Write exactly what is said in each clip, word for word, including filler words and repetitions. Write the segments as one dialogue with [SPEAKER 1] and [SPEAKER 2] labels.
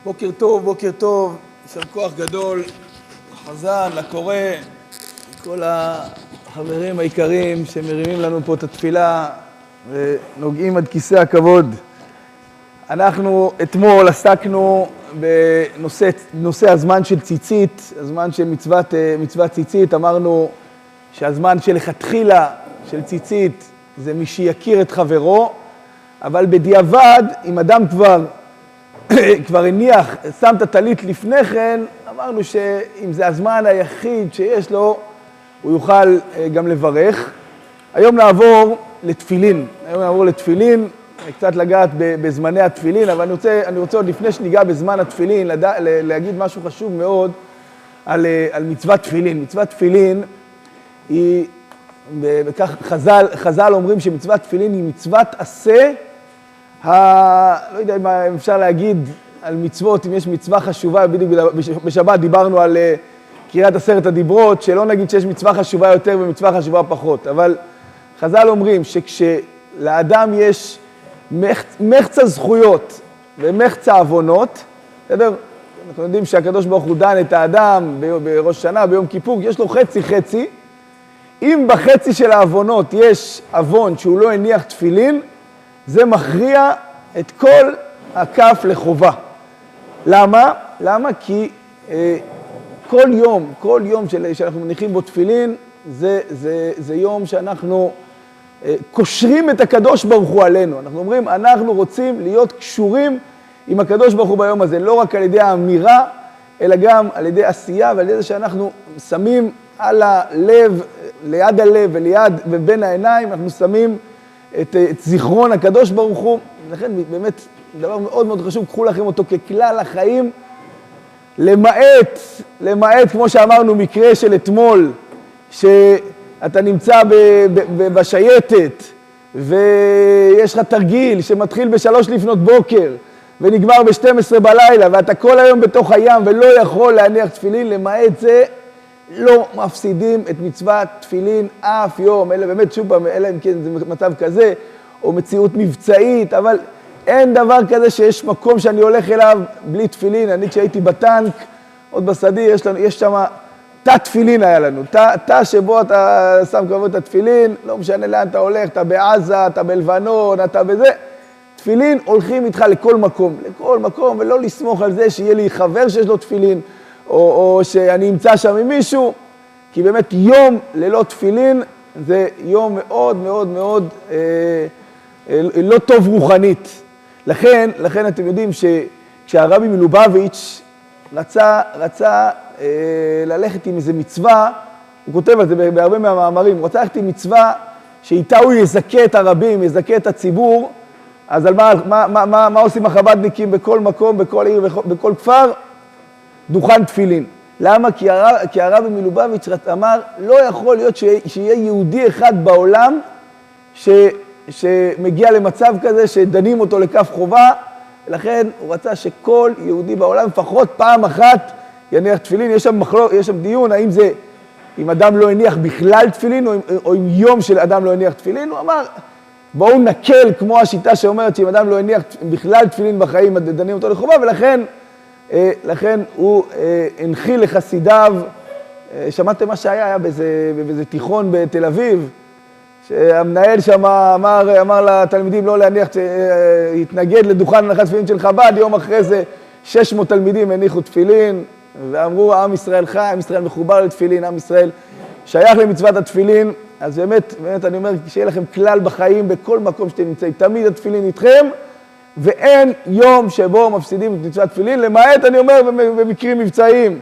[SPEAKER 1] בוקר טוב, בוקר טוב, יישר כוח גדול, חזן, לקורא, כל החברים העיקרים שמרימים לנו פה את התפילה ונוגעים עד כיסא הכבוד. אנחנו אתמול עסקנו בנושא נושא הזמן של ציצית, הזמן של מצוות, מצוות ציצית. אמרנו שהזמן שלכתחילה של ציצית זה מי שיכיר את חברו, אבל בדיעבד, אם אדם כבר, כבר הניח, שם את הטלית לפני כן, אמרנו שאם זה הזמן היחיד שיש לו, הוא יוכל גם לברך. היום נעבור לתפילין, היום נעבור לתפילין, קצת לגעת בזמני התפילין, אבל אני רוצה, אני רוצה עוד לפני שניגע בזמן התפילין, לדע, להגיד משהו חשוב מאוד על, על מצוות תפילין. מצוות תפילין היא, וכך חז"ל, חז"ל אומרים שמצוות תפילין היא מצוות עשה, ה... לא יודע אם אפשר להגיד על מצוות, אם יש מצווה חשובה, בדיוק בשבת דיברנו על קריאת עשרת הדיברות, שלא נגיד שיש מצווה חשובה יותר ומצווה חשובה פחות, אבל חז"ל אומרים שכשלאדם יש מחצה זכויות ומחצה עוונות, בסדר? אנחנו יודעים שהקדוש ברוך הוא דן את האדם בראש שנה, ביום כיפור, יש לו חצי חצי. אם בחצי של העוונות יש עוון שהוא לא הניח תפילין, זה מכריע את כל הכף לחובה. למה? למה? כי אה, כל יום, כל יום של, שאנחנו מניחים בו תפילין, זה, זה, זה יום שאנחנו אה, קושרים את הקדוש ברוך הוא עלינו. אנחנו אומרים, אנחנו רוצים להיות קשורים עם הקדוש ברוך הוא ביום הזה, לא רק על ידי האמירה, אלא גם על ידי עשייה ועל ידי זה שאנחנו שמים על הלב, ליד הלב וליד ובין העיניים, אנחנו שמים את, את זיכרון הקדוש ברוך הוא. לכן באמת דבר מאוד מאוד חשוב, קחו לכם אותו ככלל החיים, למעט, למעט כמו שאמרנו מקרה של אתמול, שאתה נמצא ב, ב, ב, בשייטת ויש לך תרגיל שמתחיל בשלוש לפנות בוקר ונגמר ב-שתים עשרה בלילה ואתה כל היום בתוך הים ולא יכול להניח תפילין, למעט זה לא מפסידים את מצוות תפילין אף יום. אלא באמת שוב פעם, אלא אם כן זה מצב כזה או מציאות מבצעית, אבל אין דבר כזה שיש מקום שאני הולך אליו בלי תפילין. אני כשהייתי בטנק, עוד בסדי, יש לנו, יש שם תא תפילין היה לנו, תא, תא שבו אתה שם כמובן את התפילין, לא משנה לאן אתה הולך, אתה בעזה, אתה בלבנון, אתה בזה, תפילין הולכים איתך לכל מקום, לכל מקום, ולא לסמוך על זה שיהיה לי חבר שיש לו תפילין, או, או שאני אמצא שם עם מישהו, כי באמת יום ללא תפילין זה יום מאוד מאוד מאוד אה, אה, לא טוב רוחנית. לכן, לכן אתם יודעים שכשהרבי מלובביץ' רצה, רצה אה, ללכת עם איזה מצווה, הוא כותב על זה בהרבה מהמאמרים, הוא רצה ללכת עם מצווה שאיתה הוא יזכה את הרבים, יזכה את הציבור. אז על מה, מה, מה, מה, מה עושים החב"דניקים בכל מקום, בכל עיר, בכל כפר? דוכן תפילין. למה? כי הרב, כי הרבי מלובביץ' אמר, לא יכול להיות שיהיה יהודי אחד בעולם ש, שמגיע למצב כזה שדנים אותו לכף חובה, ולכן הוא רצה שכל יהודי בעולם לפחות פעם אחת יניח תפילין. יש שם מחלוק, יש שם דיון, האם זה, אם אדם לא הניח בכלל תפילין, או, או אם יום של אדם לא הניח תפילין. הוא אמר, בואו נקל כמו השיטה שאומרת שאם אדם לא הניח בכלל תפילין בחיים, דנים אותו לחובה, ולכן לכן הוא הנחיל לחסידיו. שמעתם מה שהיה? היה באיזה, באיזה תיכון בתל אביב, שהמנהל שם אמר, אמר לתלמידים לא להניח, התנגד לדוכן הנחת תפילין של חב"ד. יום אחרי זה שש מאות תלמידים הניחו תפילין, ואמרו, עם ישראל חי, עם ישראל מחובר לתפילין, עם ישראל שייך למצוות התפילין. אז באמת, באמת אני אומר, שיהיה לכם כלל בחיים, בכל מקום שאתם נמצאים, תמיד התפילין איתכם, ואין יום שבו מפסידים את מצוות תפילין, למעט, אני אומר, במקרים מבצעיים.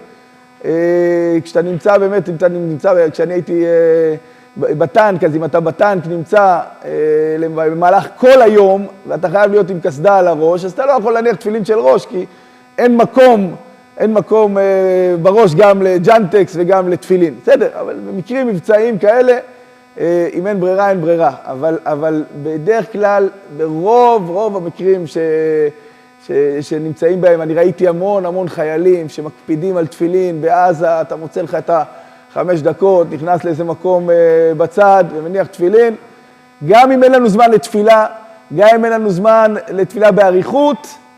[SPEAKER 1] כשאתה נמצא, באמת, אם אתה נמצא, כשאני הייתי בטנק, אז אם אתה בטנק נמצא במהלך כל היום, ואתה חייב להיות עם קסדה על הראש, אז אתה לא יכול להניח תפילין של ראש, כי אין מקום, אין מקום בראש גם לג'נטקס וגם לתפילין. בסדר, אבל במקרים מבצעיים כאלה, אם אין ברירה, אין ברירה. אבל, אבל בדרך כלל, ברוב, רוב המקרים ש, ש, שנמצאים בהם, אני ראיתי המון, המון חיילים שמקפידים על תפילין בעזה, אתה מוצא לך את החמש דקות, נכנס לאיזה מקום בצד ומניח תפילין. גם אם אין לנו זמן לתפילה, גם אם אין לנו זמן לתפילה באריכות,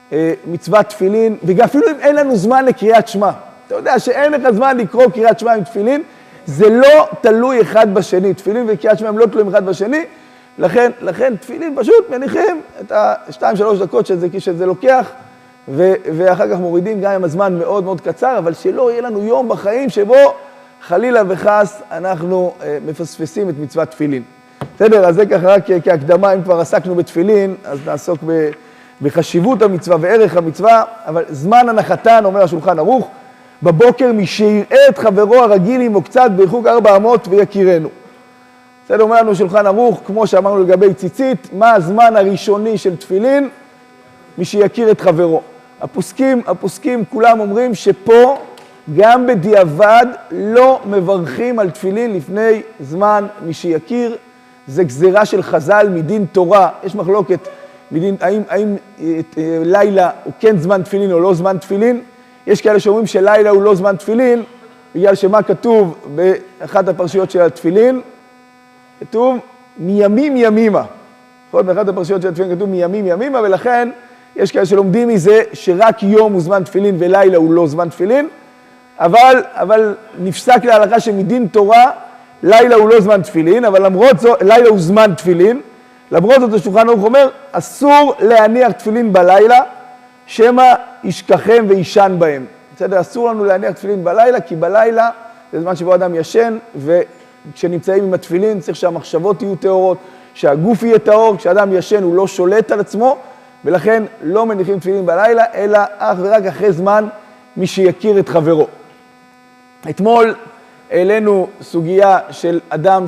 [SPEAKER 1] מצוות תפילין, וגם אפילו אם אין לנו זמן לקריאת שמע. אתה יודע שאין לך זמן לקרוא קריאת שמע עם תפילין, זה לא תלוי אחד בשני. תפילין וקריאת שמע הם לא תלויים אחד בשני, לכן, לכן תפילין פשוט מניחים את השתיים שלוש דקות שזה, שזה לוקח, ו, ואחר כך מורידים גם עם הזמן מאוד מאוד קצר, אבל שלא יהיה לנו יום בחיים שבו חלילה וחס אנחנו אה, מפספסים את מצוות תפילין. בסדר, אז זה ככה רק כהקדמה, אם כבר עסקנו בתפילין, אז נעסוק ב, בחשיבות המצווה וערך המצווה, אבל זמן הנחתן, אומר השולחן ערוך, בבוקר מי שיראה את חברו הרגיל עמו קצת בריחוק ארבע אמות ויכירנו. בסדר, אומר לנו שולחן ערוך, כמו שאמרנו לגבי ציצית, מה הזמן הראשוני של תפילין? מי שיכיר את חברו. הפוסקים, הפוסקים כולם אומרים שפה גם בדיעבד לא מברכים על תפילין לפני זמן מי שיכיר. זה גזירה של חז"ל מדין תורה. יש מחלוקת מדין, האם, האם לילה הוא כן זמן תפילין או לא זמן תפילין. יש כאלה שאומרים שלילה הוא לא זמן תפילין, בגלל שמה כתוב באחת הפרשיות של התפילין? כתוב מימים ימימה. באחת הפרשיות של התפילין כתוב מימים ימימה, ולכן יש כאלה שלומדים מזה שרק יום הוא זמן תפילין ולילה הוא לא זמן תפילין, אבל, אבל נפסק להלכה שמדין תורה, לילה הוא לא זמן תפילין, אבל למרות זאת, לילה הוא זמן תפילין, למרות זאת השולחן ערוך אומר, אסור להניח תפילין בלילה, שמא ישכחם וישן בהם. בסדר, אסור לנו להניח תפילין בלילה, כי בלילה זה זמן שבו אדם ישן, וכשנמצאים עם התפילין צריך שהמחשבות יהיו טהורות, שהגוף יהיה טהור, כשאדם ישן הוא לא שולט על עצמו, ולכן לא מניחים תפילין בלילה, אלא אך ורק אחרי זמן מי שיכיר את חברו. אתמול העלינו סוגיה של אדם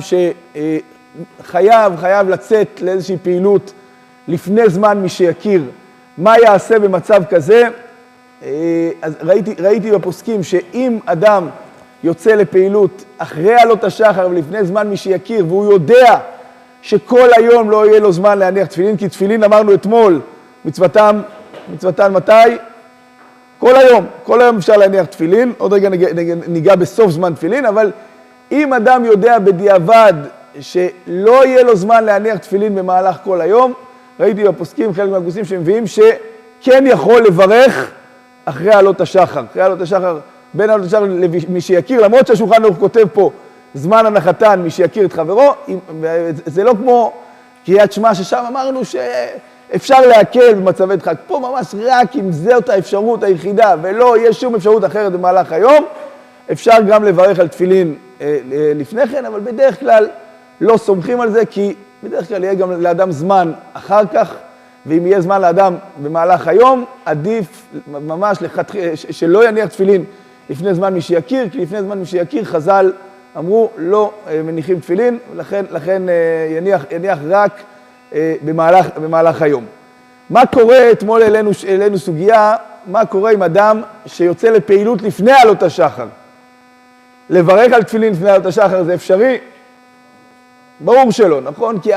[SPEAKER 1] שחייב, חייב לצאת לאיזושהי פעילות לפני זמן מי שיכיר. מה יעשה במצב כזה? אז ראיתי, ראיתי בפוסקים שאם אדם יוצא לפעילות אחרי עלות השחר ולפני זמן מי שיכיר, והוא יודע שכל היום לא יהיה לו זמן להניח תפילין, כי תפילין אמרנו אתמול, מצוותם, מצוותם מתי? כל היום, כל היום אפשר להניח תפילין, עוד רגע ניגע, ניגע בסוף זמן תפילין, אבל אם אדם יודע בדיעבד שלא יהיה לו זמן להניח תפילין במהלך כל היום, ראיתי בפוסקים, חלק מהפוסקים שמביאים שכן יכול לברך אחרי עלות השחר. אחרי עלות השחר, בין עלות השחר למי שיכיר, למרות שהשולחן ערוך כותב פה זמן הנחתן, מי שיכיר את חברו, זה לא כמו קריאת שמע ששם אמרנו שאפשר להקל במצבי דחק. פה ממש רק אם זאת האפשרות היחידה ולא יש שום אפשרות אחרת במהלך היום, אפשר גם לברך על תפילין לפני כן, אבל בדרך כלל לא סומכים על זה, כי בדרך כלל יהיה גם לאדם זמן אחר כך, ואם יהיה זמן לאדם במהלך היום, עדיף ממש לחתך, שלא יניח תפילין לפני זמן מי שיכיר, כי לפני זמן מי שיכיר חז"ל אמרו לא מניחים תפילין, לכן, לכן יניח, יניח רק במהלך, במהלך היום. מה קורה, אתמול אלינו, אלינו סוגיה, מה קורה עם אדם שיוצא לפעילות לפני עלות השחר? לברך על תפילין לפני עלות השחר זה אפשרי? ברור שלא, נכון? כי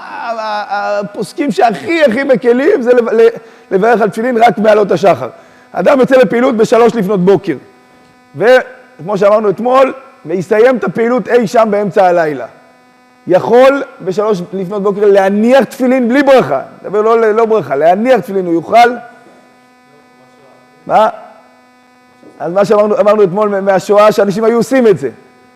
[SPEAKER 1] הפוסקים שהכי הכי מקלים זה לברך על תפילין רק מעלות השחר. אדם יוצא לפעילות בשלוש לפנות בוקר, וכמו שאמרנו אתמול, ויסיים את הפעילות אי שם באמצע הלילה. יכול בשלוש לפנות בוקר להניח תפילין בלי ברכה, דבר לא, לא ברכה, להניח תפילין הוא יוכל? מה? אז מה שאמרנו אמרנו אתמול מהשואה שאנשים היו עושים את זה.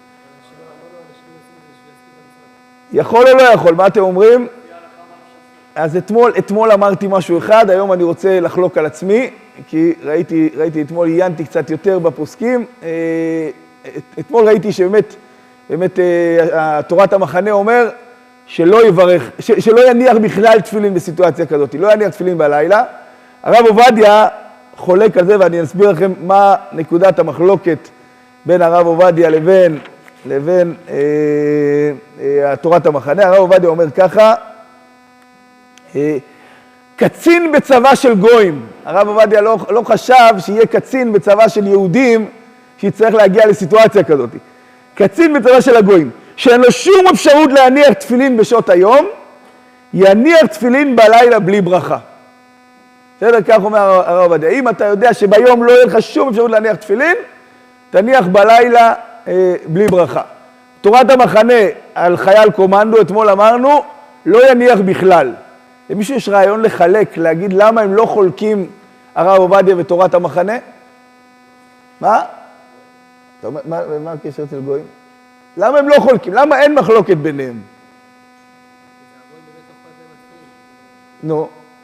[SPEAKER 1] יכול או לא יכול? מה אתם אומרים? אז אתמול, אתמול אמרתי משהו אחד, היום אני רוצה לחלוק על עצמי, כי ראיתי, ראיתי אתמול, עיינתי קצת יותר בפוסקים. אתמול ראיתי שבאמת, באמת תורת המחנה אומר שלא יברך, ש, שלא יניח בכלל תפילין בסיטואציה כזאת, לא יניח תפילין בלילה. הרב עובדיה חולק על זה, ואני אסביר לכם מה נקודת המחלוקת בין הרב עובדיה לבין לבין אה, אה, תורת המחנה. הרב עובדיה אומר ככה, אה, קצין בצבא של גויים. הרב עובדיה לא, לא חשב שיהיה קצין בצבא של יהודים שיצטרך להגיע לסיטואציה כזאת. קצין בצבא של הגויים, שאין לו שום אפשרות להניח תפילין בשעות היום, יניח תפילין בלילה בלי ברכה. בסדר, כך אומר הרב עובדיה. אם אתה יודע שביום לא יהיה לך שום אפשרות להניח תפילין, תניח בלילה בלי ברכה. תורת המחנה על חייל קומנדו, אתמול אמרנו, לא יניח בכלל. למישהו יש רעיון לחלק, להגיד למה הם לא חולקים הרב עובדיה ותורת המחנה? מה? מה, מה הקשר אצל גויים? למה הם לא חולקים? למה אין מחלוקת ביניהם? נו.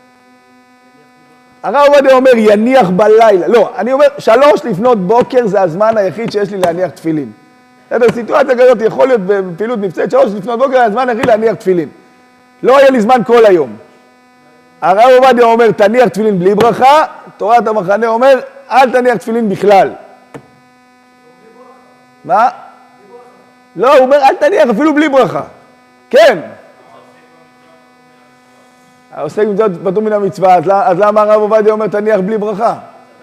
[SPEAKER 1] הרב עובדיה אומר יניח בלילה. לא, אני אומר שלוש לפנות בוקר זה הזמן היחיד שיש לי להניח תפילין. בסדר, סיטואציה כזאת יכול להיות בפעילות מבצעית, שלוש לפנות בוקר זה הזמן היחיד להניח תפילין. לא יהיה לי זמן כל היום. הרב עובדיה אומר תניח תפילין בלי ברכה, תורת המחנה אומר אל תניח תפילין בכלל. מה? לא, הוא אומר אל תניח אפילו בלי ברכה. כן. העוסק במצוות פטור מן המצווה, אז למה הרב עובדיה אומר תניח בלי ברכה?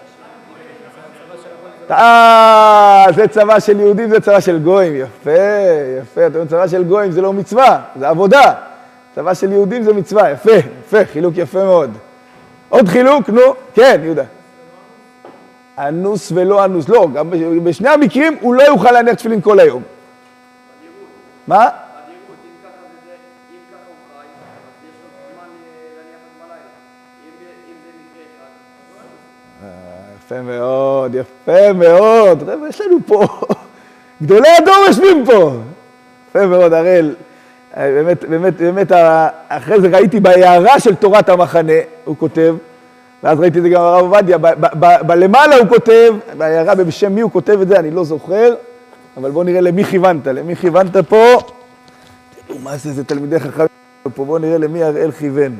[SPEAKER 1] אה, זה צבא של יהודים, זה צבא של גויים. יפה, יפה. אתה אומר צבא של גויים זה לא מצווה, זה עבודה. צבא של יהודים זה מצווה, יפה, יפה, חילוק יפה מאוד. עוד חילוק, נו, כן, יהודה. אנוס ולא אנוס, לא, גם בשני המקרים הוא לא יוכל להניח תפילין כל היום. מה?
[SPEAKER 2] בדירות, אם ככה זה, אם ככה הוא חי, אז יש לו זמן להניח את בלילה. אם זה מקרה אחד,
[SPEAKER 1] יפה מאוד, יפה מאוד. רב, יש לנו פה, גדולי הדור יושבים פה. יפה מאוד, הראל. באמת, באמת, באמת, אחרי זה ראיתי בהערה של תורת המחנה, הוא כותב, ואז ראיתי את זה גם הרב עובדיה, בלמעלה הוא כותב, בהערה בשם מי הוא כותב את זה, אני לא זוכר, אבל בואו נראה למי כיוונת, למי כיוונת פה, תראו מה זה, זה תלמידי חכמים פה, בואו נראה למי הראל כיוון.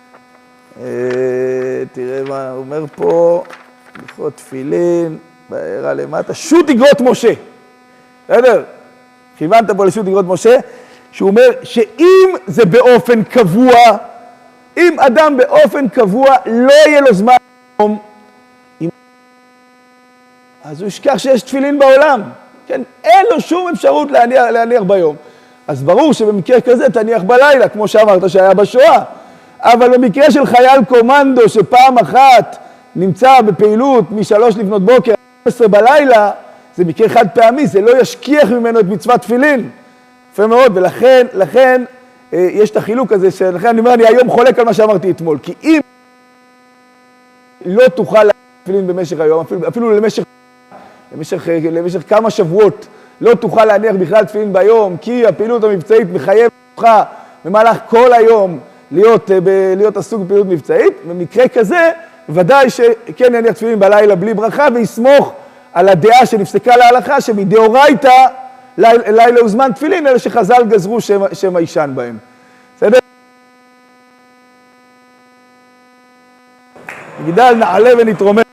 [SPEAKER 1] תראה מה הוא אומר פה, הלכות תפילין, בהערה למטה, שו"ת איגרות משה, בסדר? כיוונת פה לשו"ת איגרות משה, שהוא אומר שאם זה באופן קבוע, אם אדם באופן קבוע לא יהיה לו זמן היום, אז הוא ישכח שיש תפילין בעולם. כן? אין לו שום אפשרות להניח, להניח ביום. אז ברור שבמקרה כזה תניח בלילה, כמו שאמרת שהיה בשואה. אבל במקרה של חייל קומנדו שפעם אחת נמצא בפעילות משלוש לפנות בוקר, עשרה בלילה, זה מקרה חד פעמי, זה לא ישכיח ממנו את מצוות תפילין. יפה מאוד, ולכן, לכן, אה, יש את החילוק הזה, שלכן אני אומר, אני היום חולק על מה שאמרתי אתמול, כי אם לא תוכל להניח תפילין במשך היום, אפילו, אפילו למשך, למשך, למשך כמה שבועות, לא תוכל להניח בכלל תפילין ביום, כי הפעילות המבצעית מחייבת אותך במהלך כל היום להיות, ב, להיות עסוק בפעילות מבצעית, במקרה כזה, ודאי שכן יניח תפילין בלילה בלי ברכה, ויסמוך על הדעה שנפסקה להלכה, שמדאורייתא לילה הוא זמן תפילין, אלה שחז"ל גזרו שם, שם הישן בהם. בסדר? נגדל, נעלה ונתרומם.